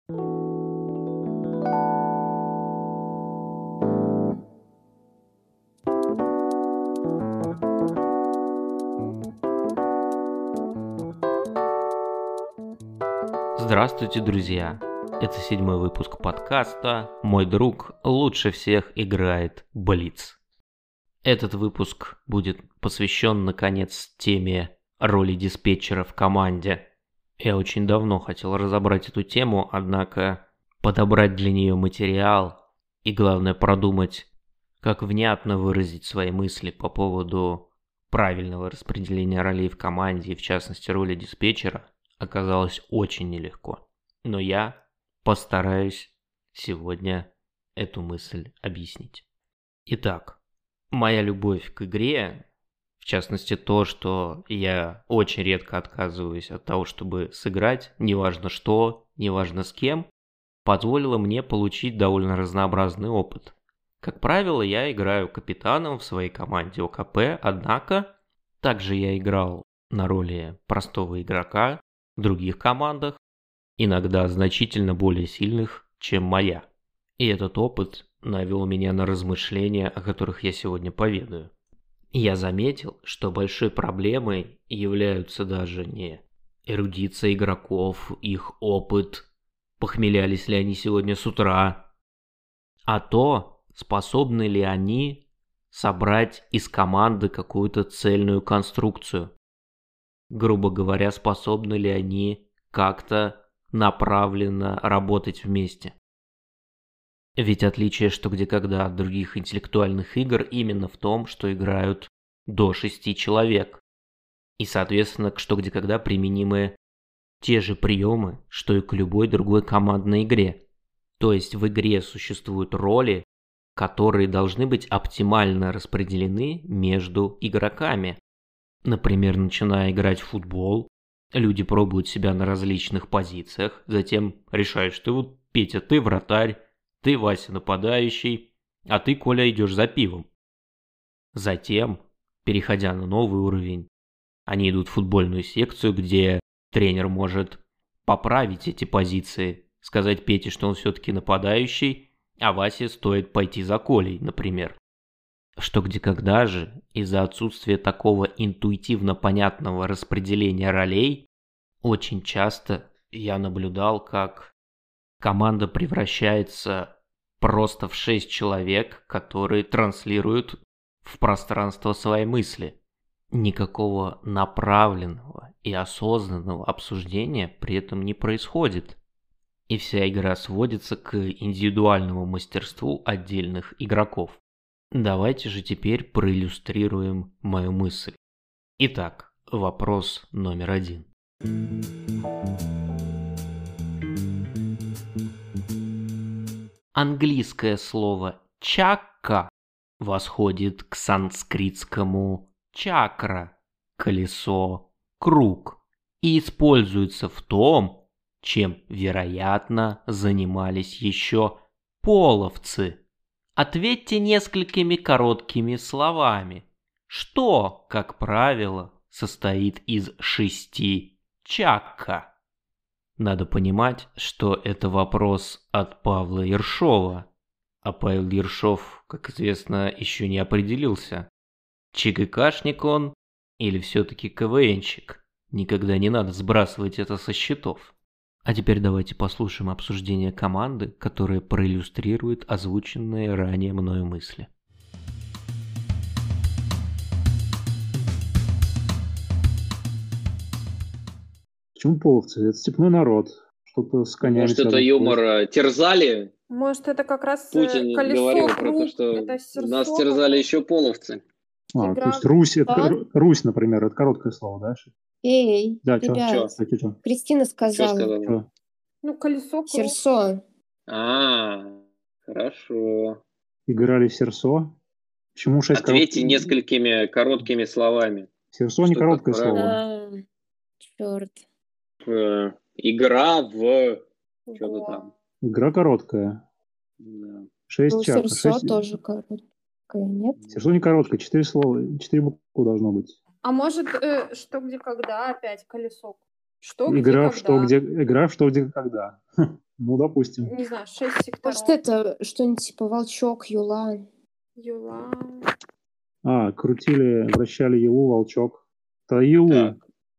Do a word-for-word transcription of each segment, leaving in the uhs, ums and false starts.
Здравствуйте, друзья! Это седьмой выпуск подкаста «Мой друг лучше всех играет Блиц». Этот выпуск будет посвящен, наконец, теме роли диспетчера в команде. Я очень давно хотел разобрать эту тему, однако подобрать для нее материал и, главное, продумать, как внятно выразить свои мысли по поводу правильного распределения ролей в команде и, в частности, роли диспетчера, оказалось очень нелегко. Но я постараюсь сегодня эту мысль объяснить. Итак, моя любовь к игре, в частности то, что я очень редко отказываюсь от того, чтобы сыграть, неважно что, неважно с кем, позволила мне получить довольно разнообразный опыт. Как правило, я играю капитаном в своей команде ОКП, однако также я играл на роли простого игрока в других командах, иногда значительно более сильных, чем моя. И этот опыт навел меня на размышления, о которых я сегодня поведаю. Я заметил, что большой проблемой являются даже не эрудиция игроков, их опыт, похмелялись ли они сегодня с утра, а то, способны ли они собрать из команды какую-то цельную конструкцию. Грубо говоря, способны ли они как-то направленно работать вместе. Ведь отличие «Что, где, когда» от других интеллектуальных игр именно в том, что играют до шести человек. И, соответственно, к «Что, где, когда» применимы те же приемы, что и к любой другой командной игре. То есть в игре существуют роли, которые должны быть оптимально распределены между игроками. Например, начиная играть в футбол, люди пробуют себя на различных позициях, затем решают, что вот, Петя, ты вратарь, ты, Вася, нападающий, а ты, Коля, идешь за пивом. Затем, переходя на новый уровень, они идут в футбольную секцию, где тренер может поправить эти позиции, сказать Пете, что он все-таки нападающий, а Васе стоит пойти за Колей, например. Что, где, когда же, из-за отсутствия такого интуитивно понятного распределения ролей, очень часто я наблюдал, как команда превращается просто в шесть человек, которые транслируют в пространство свои мысли. Никакого направленного и осознанного обсуждения при этом не происходит. И вся игра сводится к индивидуальному мастерству отдельных игроков. Давайте же теперь проиллюстрируем мою мысль. Итак, вопрос номер один. Английское слово «чакка» восходит к санскритскому «чакра» – колесо, круг, и используется в том, чем, вероятно, занимались еще половцы. Ответьте несколькими короткими словами. Что, как правило, состоит из шести чакка? Надо понимать, что это вопрос от Павла Ершова. А Павел Ершов, как известно, еще не определился. ЧГКшник он или все-таки КВНщик? Никогда не надо сбрасывать это со счетов. А теперь давайте послушаем обсуждение команды, которое проиллюстрирует озвученные ранее мною мысли. Почему половцы? Это степной народ. Что-то с конями. Может, это юмор терзали? Может, это как раз Путин колесо, говорил круг, про то, что это нас серсо, терзали еще половцы. А, игра то есть Русь, это, Да? Русь, например, это короткое слово, да? Эй, Да, чё? ребят, Чё? Чё, чё? Кристина Что сказала. сказал? Чё? Ну, колесо, круг. Серсо. А, хорошо. Играли в серсо? Почему шесть Ответьте коротких? несколькими короткими словами. Серсо не Что, короткое как слово. правило? А, черт. Э, Игра в что-то Го. там. Игра короткая. Да. Шесть Ну, чакр. серсо Шесть... тоже короткое, нет? Серсо не короткое, четыре слова, четыре буквы должно быть. А может, э, что, где, когда опять колесо? Что, где, Игра в что, когда. где, игра в что, где, когда. Ну, допустим. Не знаю, шесть секторов. Может, это что-нибудь типа волчок, юла. Юла. А, крутили, вращали Елу, волчок. Это Елу. Так.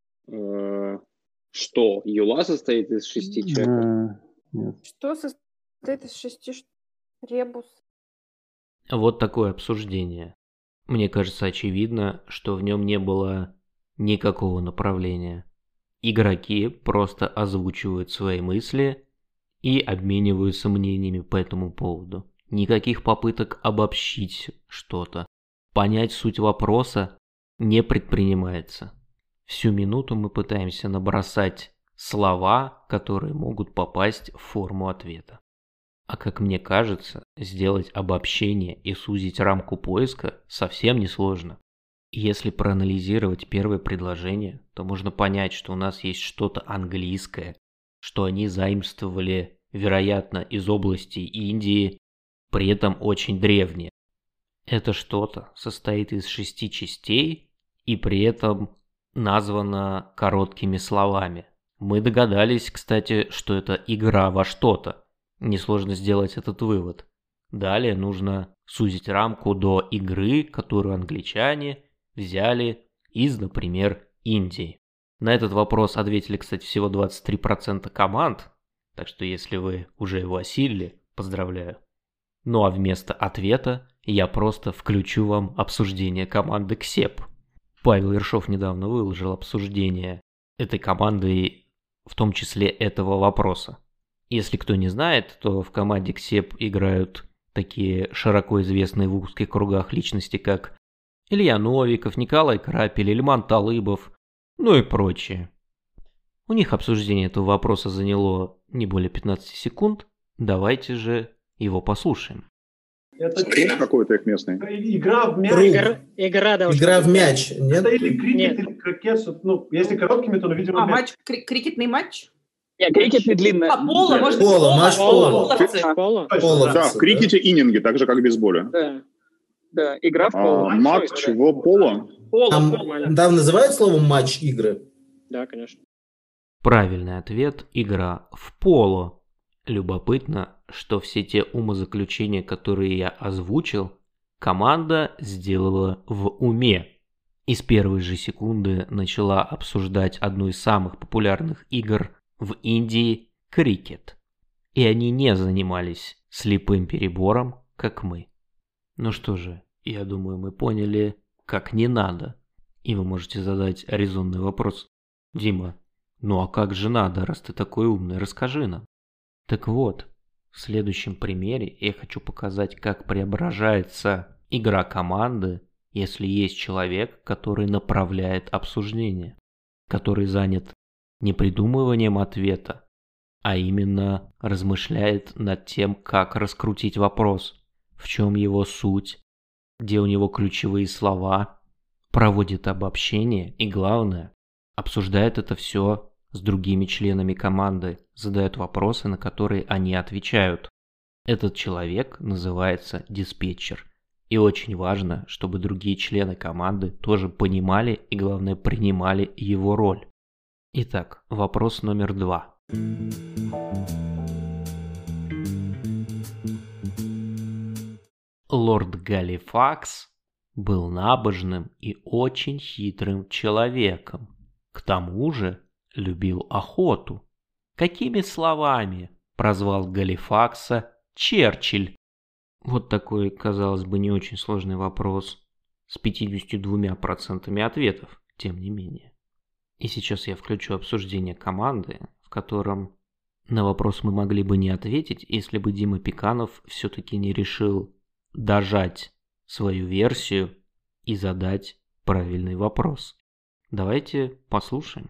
Э, Что? Юла состоит из шести чеков? А, нет. Что состоит из шести ш- ребус? Вот такое обсуждение. Мне кажется очевидно, что в нем не было никакого направления. Игроки просто озвучивают свои мысли и обмениваются мнениями по этому поводу. Никаких попыток обобщить что-то, понять суть вопроса не предпринимается. Всю минуту мы пытаемся набросать слова, которые могут попасть в форму ответа. А как мне кажется, сделать обобщение и сузить рамку поиска совсем несложно. Если проанализировать первое предложение, то можно понять, что у нас есть что-то английское, что они заимствовали, вероятно, из области Индии, при этом очень древнее. Это что-то состоит из шести частей и при этом названо короткими словами. Мы догадались, кстати, что это игра во что-то. Несложно сделать этот вывод. Далее нужно сузить рамку до игры, которую англичане взяли из, например, Индии. На этот вопрос ответили, кстати, всего двадцать три процента команд, так что если вы уже его осилили, поздравляю. Ну а вместо ответа я просто включу вам обсуждение команды КСЕП. Павел Ершов недавно выложил обсуждение этой команды, в том числе этого вопроса. Если кто не знает, то в команде КСЕП играют такие широко известные в узких кругах личности, как Илья Новиков, Николай Крапель, Ильман Талыбов, ну и прочие. У них обсуждение этого вопроса заняло не более пятнадцати секунд. Давайте же его послушаем. Это Стрим какой-то их местный. игра в мяч. Игра, игра должна Игра в быть. мяч, нет? Это или крикет, Нет. или крокет. Ну, если короткими, то, видимо, А, мяч. матч, кри- крикетный матч? Нет, крикет не длинный. А, поло, может быть, Поло, поло, матч поло, поло. половцы. Поло? Точно, Поло. да. Да, в крикете ининги, так же, как в бейсболе. Да. Да, игра в А, поло. матч Всё, да. в поло. Поло, Там, нормально. там называют словом матч игры? Да, конечно. Правильный ответ – игра в поло. Любопытно, что все те умозаключения, которые я озвучил, команда сделала в уме. И с первой же секунды начала обсуждать одну из самых популярных игр в Индии – крикет. И они не занимались слепым перебором, как мы. Ну что же, я думаю, мы поняли, как не надо. И вы можете задать резонный вопрос. Дима, ну а как же надо, раз ты такой умный, расскажи нам. Так вот, в следующем примере я хочу показать, как преображается игра команды, если есть человек, который направляет обсуждение, который занят не придумыванием ответа, а именно размышляет над тем, как раскрутить вопрос, в чем его суть, где у него ключевые слова, проводит обобщение и, главное, обсуждает это все с другими членами команды, задает вопросы, на которые они отвечают. Этот человек называется диспетчер. И очень важно, чтобы другие члены команды тоже понимали и, главное, принимали его роль. Итак, вопрос номер два. Лорд Галифакс был набожным и очень хитрым человеком. К тому же любил охоту. Какими словами прозвал Галифакса Черчилль? Вот такой, казалось бы, не очень сложный вопрос с пятьюдесятью двумя процентами ответов, тем не менее. И сейчас я включу обсуждение команды, в котором на вопрос мы могли бы не ответить, если бы Дима Пеканов все-таки не решил дожать свою версию и задать правильный вопрос. Давайте послушаем.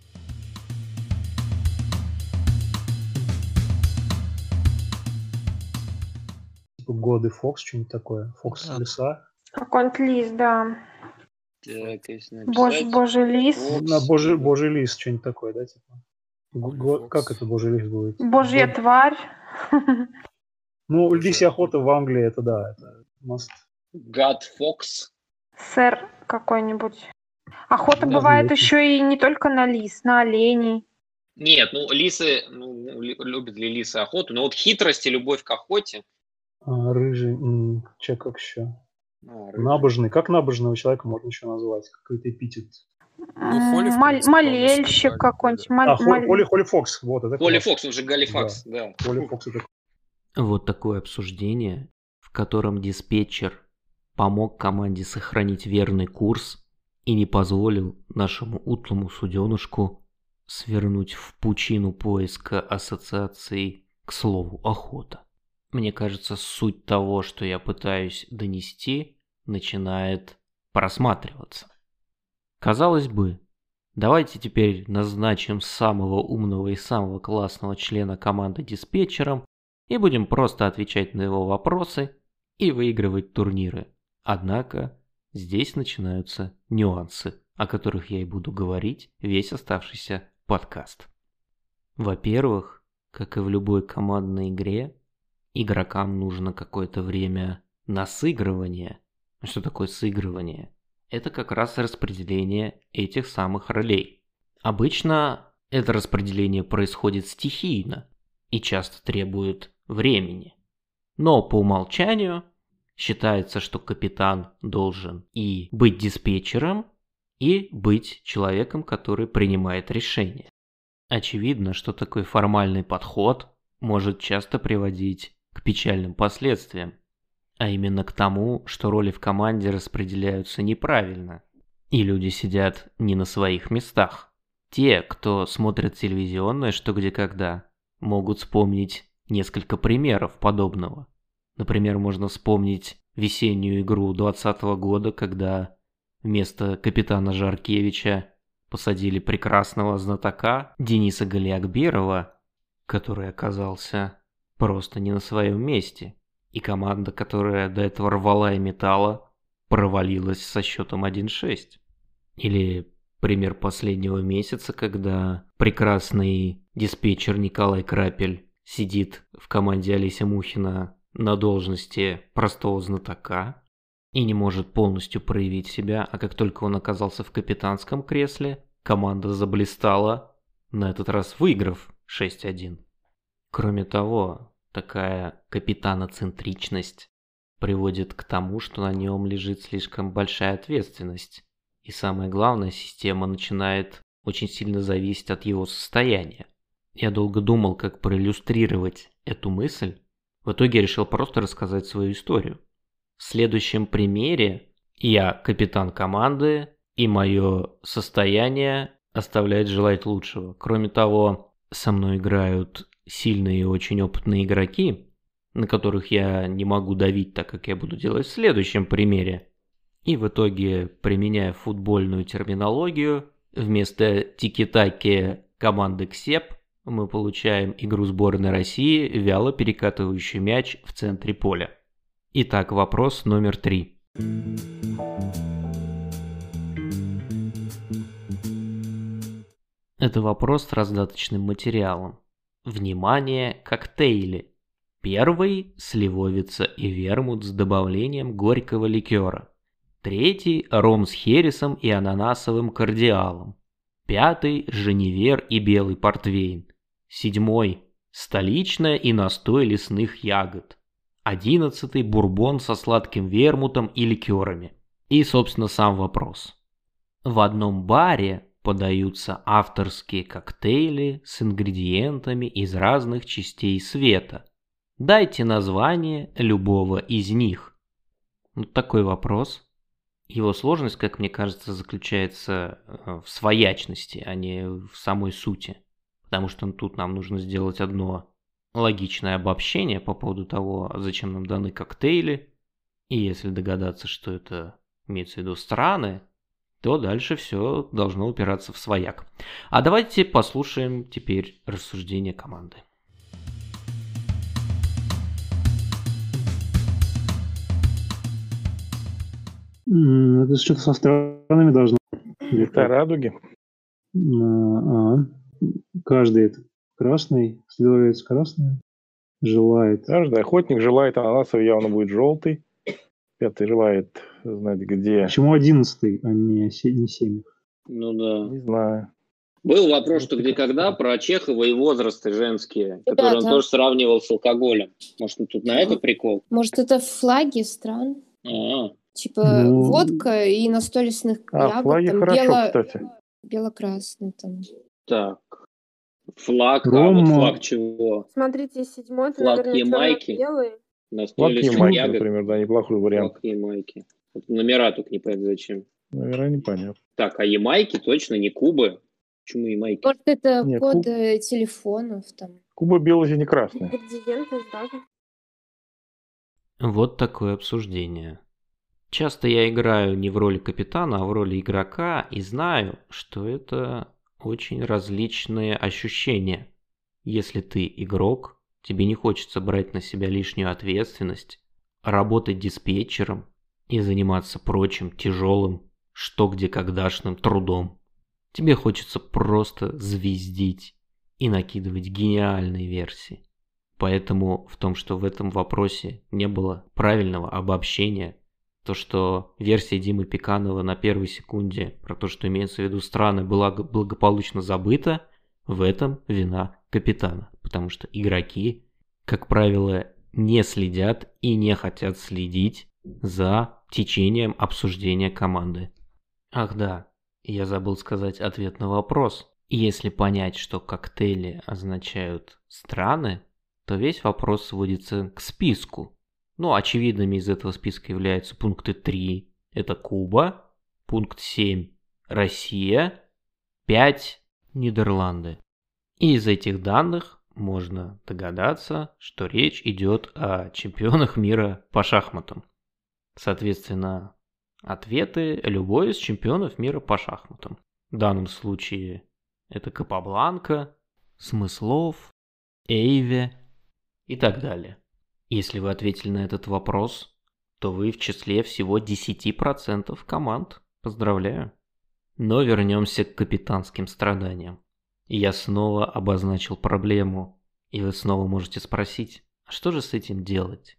Типа годы Фокс, что-нибудь такое. Фокс Да. леса. Какой-нибудь лист, да. Так, если Божий, написать... божий лист. Фокс. На божий, божий лист, что-нибудь такое, да, типа. Божий Го- Фокс. Как это божий лист будет? Божья Бо- тварь. Ну, лисья охота в Англии, это да, это must. God Fox. Сэр какой-нибудь. Охота Ну, бывает знаете. еще и не только на лис, на оленей. Нет, ну лисы, ну, ли- любят ли лисы охоту? Но вот хитрость и любовь к охоте. А, рыжий. м, Че, как еще? А, рыжий. Набожный. Как набожного человека можно еще назвать? Какой-то эпитет. Ну, Холли, в М, мол- принципе, вполне себе Молельщик правильно какой-нибудь. были. А, мол- Холли, мол- Холли, Холли Фокс. Вот, это Холли класс. Фокс, он же Галифакс, да. Холли Фокс это Вот такое обсуждение, в котором диспетчер помог команде сохранить верный курс и не позволил нашему утлому суденышку свернуть в пучину поиска ассоциаций к слову охота. Мне кажется, суть того, что я пытаюсь донести, начинает просматриваться. Казалось бы, давайте теперь назначим самого умного и самого классного члена команды диспетчером и будем просто отвечать на его вопросы и выигрывать турниры. Однако здесь начинаются нюансы, о которых я и буду говорить весь оставшийся подкаст. Во-первых, как и в любой командной игре, игрокам нужно какое-то время на сыгрывание. Что такое сыгрывание? Это как раз распределение этих самых ролей. Обычно это распределение происходит стихийно и часто требует времени. Но по умолчанию считается, что капитан должен и быть диспетчером, и быть человеком, который принимает решения. Очевидно, что такой формальный подход может часто приводить к печальным последствиям, а именно к тому, что роли в команде распределяются неправильно, и люди сидят не на своих местах. Те, кто смотрит телевизионное «Что, где, когда», могут вспомнить несколько примеров подобного. Например, можно вспомнить весеннюю игру двадцатого года, когда вместо капитана Жаркевича посадили прекрасного знатока Дениса Галиакберова, который оказался просто не на своем месте. И команда, которая до этого рвала и металла, провалилась со счетом один шесть. Или пример последнего месяца, когда прекрасный диспетчер Николай Крапель сидит в команде Олеся Мухина на должности простого знатока и не может полностью проявить себя, а как только он оказался в капитанском кресле, команда заблистала, на этот раз выиграв шесть один. Кроме того, такая капитаноцентричность приводит к тому, что на нем лежит слишком большая ответственность. И самое главное, система начинает очень сильно зависеть от его состояния. Я долго думал, как проиллюстрировать эту мысль. В итоге я решил просто рассказать свою историю. В следующем примере я капитан команды, и мое состояние оставляет желать лучшего. Кроме того, со мной играют сильные и очень опытные игроки, на которых я не могу давить, так как я буду делать в следующем примере. И в итоге, применяя футбольную терминологию, вместо тики-таки команды КСЕП мы получаем игру сборной России, вяло перекатывающий мяч в центре поля. Итак, вопрос номер три. Это вопрос с раздаточным материалом. Внимание, коктейли. Первый – сливовица и вермут с добавлением горького ликера. Третий – ром с хересом и ананасовым кардиалом. Пятый – женевер и белый портвейн. Седьмой – столичная и настой лесных ягод. Одиннадцатый – бурбон со сладким вермутом и ликерами. И, собственно, сам вопрос. В одном баре подаются авторские коктейли с ингредиентами из разных частей света. Дайте название любого из них. Вот такой вопрос. Его сложность, как мне кажется, заключается в своячности, а не в самой сути. Потому что тут нам нужно сделать одно логичное обобщение по поводу того, зачем нам даны коктейли. И если догадаться, что это имеется в виду страны, то дальше все должно упираться в свояк. А давайте послушаем теперь рассуждения команды. М, Это что-то со странами должно быть. Это радуги. А, а. Каждый это красный, сливовец красный, желает. Каждый охотник желает ананасовый, явно будет желтый. Пятый желает знать где. Почему одиннадцатый, а не се- не семь? Ну да. Не знаю. Был вопрос, что где когда, про Чехова и возрасты женские, которые он Ребята. тоже сравнивал с алкоголем. Может, он тут на это прикол? Может, это флаги стран? А, Типа Ну. водка и настой лесных А, ягод. флаги там хорошо, бело- кстати. Бело-красный там. так. Флаг, а Рома. вот флаг чего? Смотрите, седьмой, это, Флаг наверное, Ямайки. черно-белый. Настой Флаг лесных Ямайки, ягод. например, да, неплохой вариант. Флаг Ямайки. Вот номера только не понятно зачем. Наверное, непонятно. Так, а Ямайки точно не Кубы. Почему Ямайки? Может, это Нет, коды телефонов там. Куба бело-сине-красный. Ингредиенты, даже. Вот такое обсуждение. Часто я играю не в роли капитана, а в роли игрока, и знаю, что это очень различные ощущения. Если ты игрок, тебе не хочется брать на себя лишнюю ответственность, работать диспетчером и заниматься прочим тяжелым, что где когдашным трудом. Тебе хочется просто звездить и накидывать гениальные версии. Поэтому в том, что в этом вопросе не было правильного обобщения, то, что версия Димы Пеканова на первой секунде про то, что имеется в виду страны, была г- благополучно забыта, в этом вина капитана. Потому что игроки, как правило, не следят и не хотят следить за течением обсуждения команды. Ах да, я забыл сказать ответ на вопрос. Если понять, что коктейли означают страны, то весь вопрос сводится к списку. Ну, очевидными из этого списка являются пункты три – это Куба, пункт семь – Россия, пять – Нидерланды. И из этих данных можно догадаться, что речь идет о чемпионах мира по шахматам. Соответственно, ответы любой из чемпионов мира по шахматам. В данном случае это Капабланка, Смыслов, Эйве и так далее. Если вы ответили на этот вопрос, то вы в числе всего десять процентов команд. Поздравляю. Но вернемся к капитанским страданиям. Я снова обозначил проблему, и вы снова можете спросить, а что же с этим делать?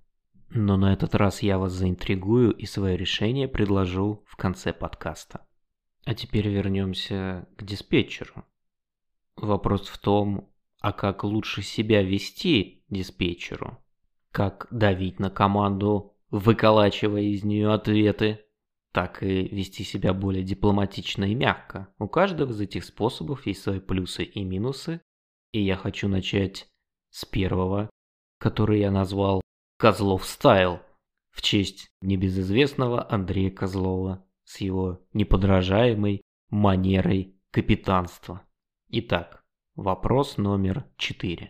Но на этот раз я вас заинтригую и свое решение предложу в конце подкаста. А теперь вернемся к диспетчеру. Вопрос в том, а как лучше себя вести диспетчеру? Как давить на команду, выколачивая из нее ответы, так и вести себя более дипломатично и мягко. У каждого из этих способов есть свои плюсы и минусы, и я хочу начать с первого, который я назвал «Козлов стайл», в честь небезызвестного Андрея Козлова с его неподражаемой манерой капитанства. Итак, вопрос номер четыре.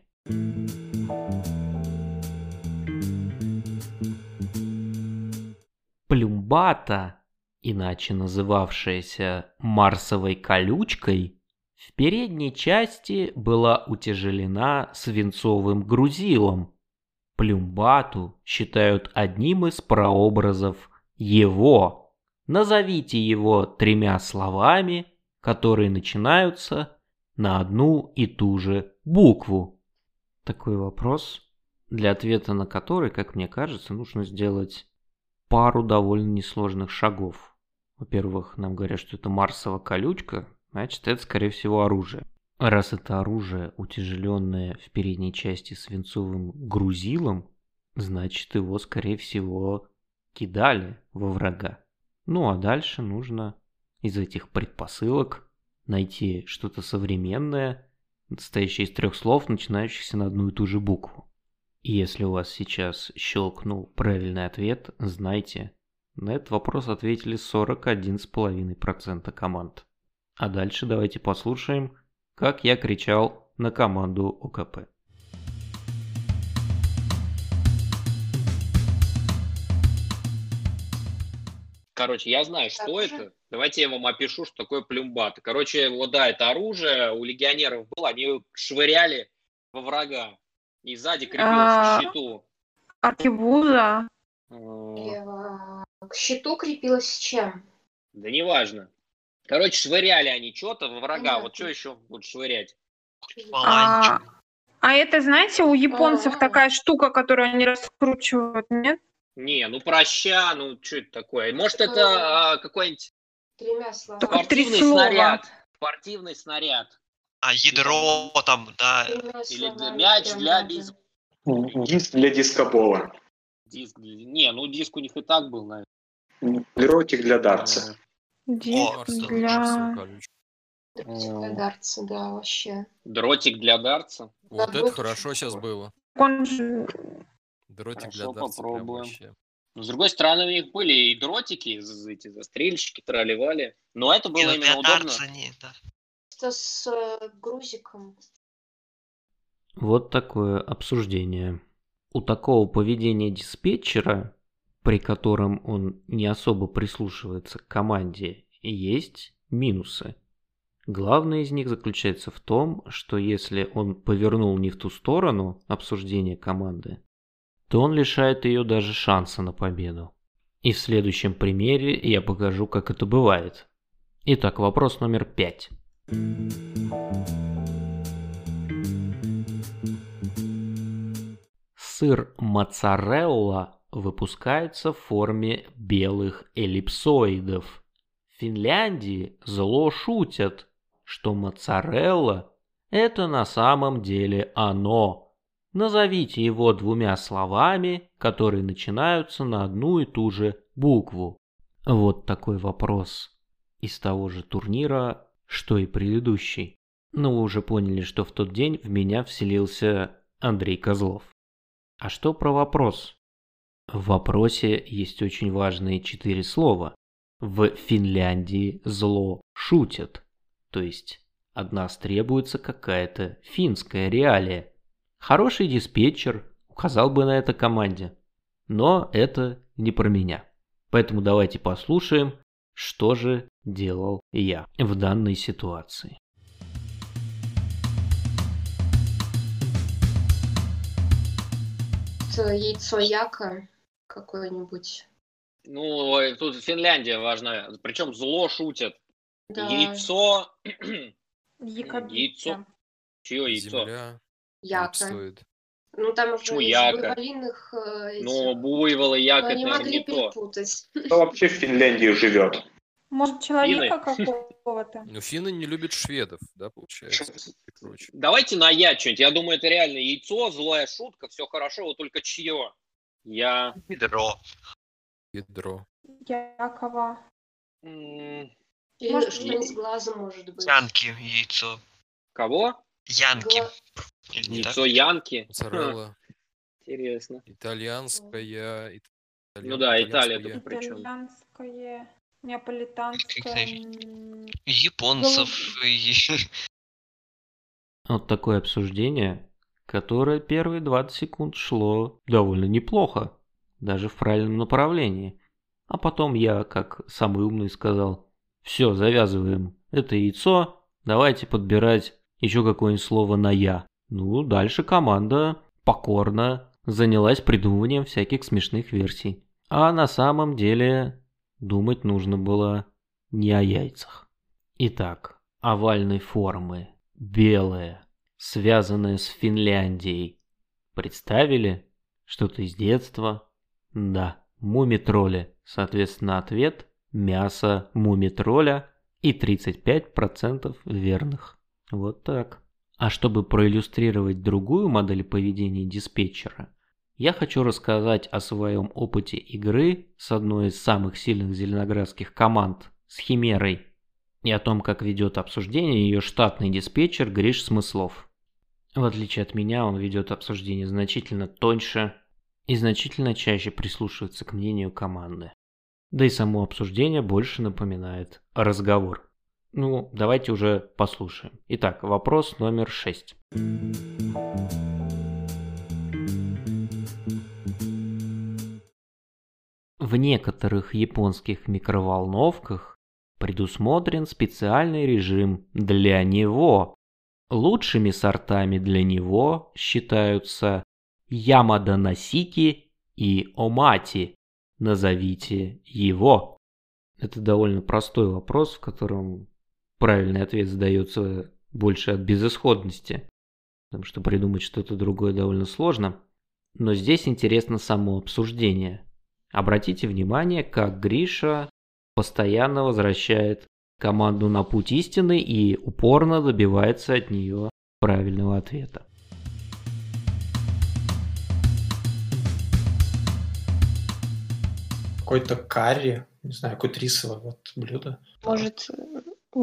Плюмбата, иначе называвшаяся Марсовой колючкой, в передней части была утяжелена свинцовым грузилом. Плюмбату считают одним из прообразов его. Назовите его тремя словами, которые начинаются на одну и ту же букву. Такой вопрос, для ответа на который, как мне кажется, нужно сделать пару довольно несложных шагов. Во-первых, нам говорят, что это Марсова колючка, значит, это, скорее всего, оружие. Раз это оружие, утяжеленное в передней части свинцовым грузилом, значит, его, скорее всего, кидали во врага. Ну, а дальше нужно из этих предпосылок найти что-то современное, состоящее из трех слов, начинающихся на одну и ту же букву. И если у вас сейчас щелкнул правильный ответ, знайте, на этот вопрос ответили сорок один целых пять десятых процента команд. А дальше давайте послушаем, как я кричал на команду ОКП. Короче, я знаю, что это. Давайте я вам опишу, что такое плюмбат. Короче, вот да, это оружие у легионеров было, они его швыряли во врага. И сзади крепилось А, к щиту. Аркебуза. А, К щиту крепилось с чем? Да неважно. Короче, швыряли они что-то во врага. Понятно. Вот что еще будут швырять? А, а это, знаете, у японцев А. такая штука, которую они раскручивают, нет? Не, ну проща, ну что это такое? Может, это а, какой-нибудь Тремя словами. Только три спортивный слова. снаряд? Спортивный снаряд. А, ядро там, да. Или д- мяч для бейсбола. Диск для дискобола. Диск для... Не, ну диск у них и так был, наверное. Дротик для дартса. Диск для... Дротик для дартса, да, вообще. Дротик для дартса. Вот Да, это вот хорошо что сейчас такое. было. Он же... Дротик Хорошо, для дартса прям попробуем. вообще. Но, с другой стороны, у них были и дротики, з- эти застрельщики, тролливали. Но это было Не, ну, именно для удобно. дартса не, да. Это с э, грузиком. Вот такое обсуждение. У такого поведения диспетчера, при котором он не особо прислушивается к команде, есть минусы. Главный из них заключается в том, что если он повернул не в ту сторону обсуждения команды, то он лишает ее даже шанса на победу. И в следующем примере я покажу, как это бывает. Итак, вопрос номер пять. Сыр моцарелла выпускается в форме белых эллипсоидов. В Финляндии зло шутят, что моцарелла – это на самом деле оно. Назовите его двумя словами, которые начинаются на одну и ту же букву. Вот такой вопрос из того же турнира, что и предыдущий. Но вы уже поняли, что в тот день в меня вселился Андрей Козлов. А что про вопрос? В вопросе есть очень важные четыре слова. В Финляндии зло шутят. То есть от нас требуется какая-то финская реалия. Хороший диспетчер указал бы на это команде. Но это не про меня. Поэтому давайте послушаем, что же делал я в данной ситуации. Это яйцо яка какое-нибудь. Ну, э, тут Финляндия важна. Причем зло шутят. Да. Яйцо... Якобитца. Яйцо. Чье яйцо? Земля. Яка. Стоит. Ну, там уже Почему из яка? буйволиных э, этих... Ну, буйвол и як, Но это, они наверное, могли не то. перепутать. Кто вообще в Финляндии живет? Может, человека какого-то? Ну, финны не любят шведов, да, получается. И прочее. Давайте на я что-нибудь. Я думаю, это реально яйцо, злая шутка, все хорошо, вот только чье? Я... Ядро. Ядро. Якова. м, Или Может, что-нибудь с глазом, может быть. Янки, яйцо. Кого? Янки. Гла- Или не так? Яйцо Янки? Моцарелла. Интересно. Итальянская. ит- Ну да, Италия итальянское. тут причем. Итальянское, неаполитанское. м, Японцев. и- Вот такое обсуждение, которое первые двадцать секунд шло довольно неплохо, даже в правильном направлении. А потом я, как самый умный, сказал: все, завязываем это яйцо, давайте подбирать еще какое-нибудь слово на «я». Ну, дальше команда покорно занялась придумыванием всяких смешных версий. А на самом деле думать нужно было не о яйцах. Итак, овальной формы, белое, связанное с Финляндией. Представили? Что-то из детства? Да, муми-тролли. Соответственно, ответ – мясо муми-тролля и тридцать пять процентов верных. Вот так. А чтобы проиллюстрировать другую модель поведения диспетчера, я хочу рассказать о своем опыте игры с одной из самых сильных зеленоградских команд, с Химерой, и о том, как ведет обсуждение ее штатный диспетчер Гриш Смыслов. В отличие от меня, он ведет обсуждение значительно тоньше и значительно чаще прислушивается к мнению команды. Да и само обсуждение больше напоминает разговор. Ну, давайте уже послушаем. Итак, вопрос номер шесть. В некоторых японских микроволновках предусмотрен специальный режим для него. Лучшими сортами для него считаются Ямада Насики и Омати. Назовите его. Это довольно простой вопрос, в котором правильный ответ задается больше от безысходности, потому что придумать что-то другое довольно сложно. Но здесь интересно само обсуждение. Обратите внимание, как Гриша постоянно возвращает команду на путь истины и упорно добивается от нее правильного ответа. Какой-то карри, не знаю, какое-то рисовое вот блюдо. Может, А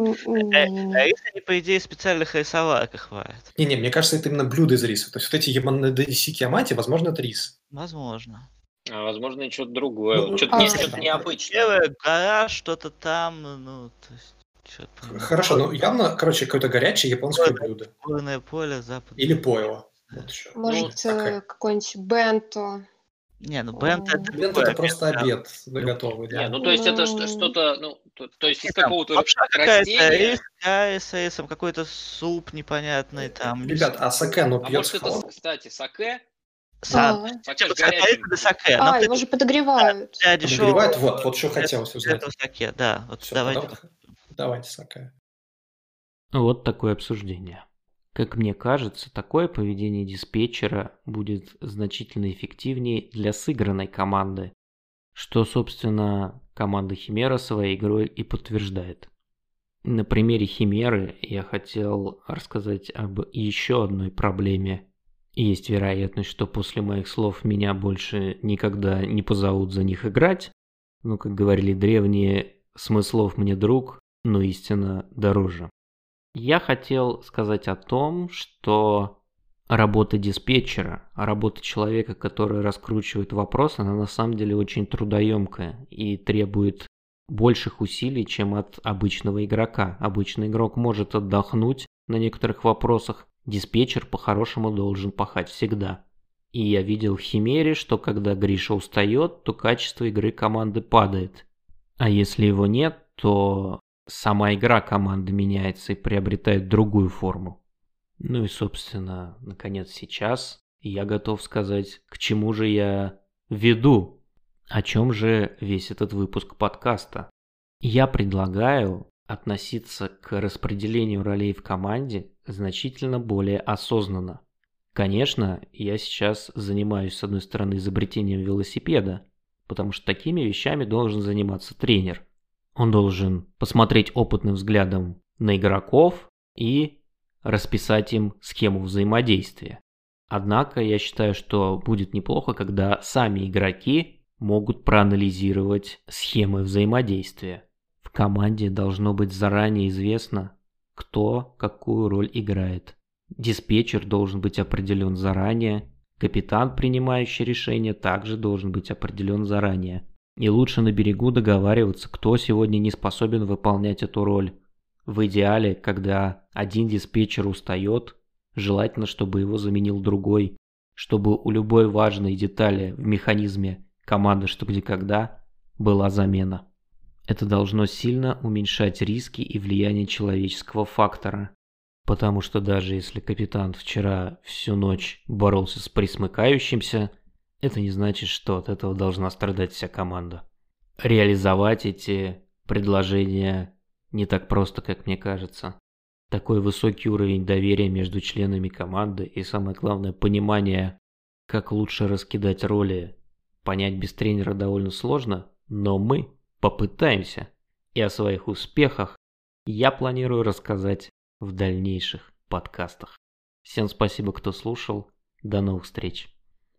рис они, по идее, в специальных рисоварках варят. Не-не, мне кажется, это именно блюдо из риса. То есть вот эти яманадеси киамати, возможно, это рис. Возможно. А возможно, и что-то другое. Ну, Вот что-то а, не- да. что-то необычное. Белая гора, что-то там, ну, то есть... Что-то... Хорошо, ну явно, короче, какое-то горячее японское блюдо. Горное поле, западное. Или пойло. Вот еще. может, сакэ. э, какой-нибудь бенто. Не, ну бент это... Бент это просто обед готовый, да. Не, ну то есть это Ну. что- что-то, ну, то, то есть из Там какого-то лапша какая-то, растения. рис, карри с рисом, какой-то суп непонятный там. Ребят, а сакэ, ну, А пьется может это, холодно? кстати, саке? Сам. А, Саке ж Сакэ горячий. это сакэ. а, но его же подогревают. для дешевого... Подогревает? Вот, вот что хотелось узнать. Это сакэ, да. Вот Всё, давайте. тогда вот давайте сакэ. Вот такое обсуждение. Как мне кажется, такое поведение диспетчера будет значительно эффективнее для сыгранной команды, что, собственно, команда Химера своей игрой и подтверждает. На примере Химеры я хотел рассказать об еще одной проблеме. Есть вероятность, что после моих слов меня больше никогда не позовут за них играть. Но, как говорили древние, смыслов мне друг, но истина дороже. Я хотел сказать о том, что работа диспетчера, работа человека, который раскручивает вопрос, она на самом деле очень трудоемкая и требует больших усилий, чем от обычного игрока. Обычный игрок может отдохнуть на некоторых вопросах, диспетчер по-хорошему должен пахать всегда. И я видел в Химере, что когда Гриша устает, то качество игры команды падает. А если его нет, то сама игра команды меняется и приобретает другую форму. Ну и, собственно, наконец сейчас я готов сказать, к чему же я веду, о чем же весь этот выпуск подкаста. Я предлагаю относиться к распределению ролей в команде значительно более осознанно. Конечно, я сейчас занимаюсь, с одной стороны, изобретением велосипеда, потому что такими вещами должен заниматься тренер. Он должен посмотреть опытным взглядом на игроков и расписать им схему взаимодействия. Однако я считаю, что будет неплохо, когда сами игроки могут проанализировать схемы взаимодействия. В команде должно быть заранее известно, кто какую роль играет. Диспетчер должен быть определен заранее, капитан, принимающий решение, также должен быть определен заранее. И лучше на берегу договариваться, кто сегодня не способен выполнять эту роль. В идеале, когда один диспетчер устает, желательно, чтобы его заменил другой, чтобы у любой важной детали в механизме команды «Что, где, когда» была замена. Это должно сильно уменьшать риски и влияние человеческого фактора. Потому что даже если капитан вчера всю ночь боролся с присмыкающимся, это не значит, что от этого должна страдать вся команда. Реализовать эти предложения не так просто, как мне кажется. Такой высокий уровень доверия между членами команды и, самое главное, понимание, как лучше раскидать роли, понять без тренера довольно сложно, но мы попытаемся. И о своих успехах я планирую рассказать в дальнейших подкастах. Всем спасибо, кто слушал. До новых встреч.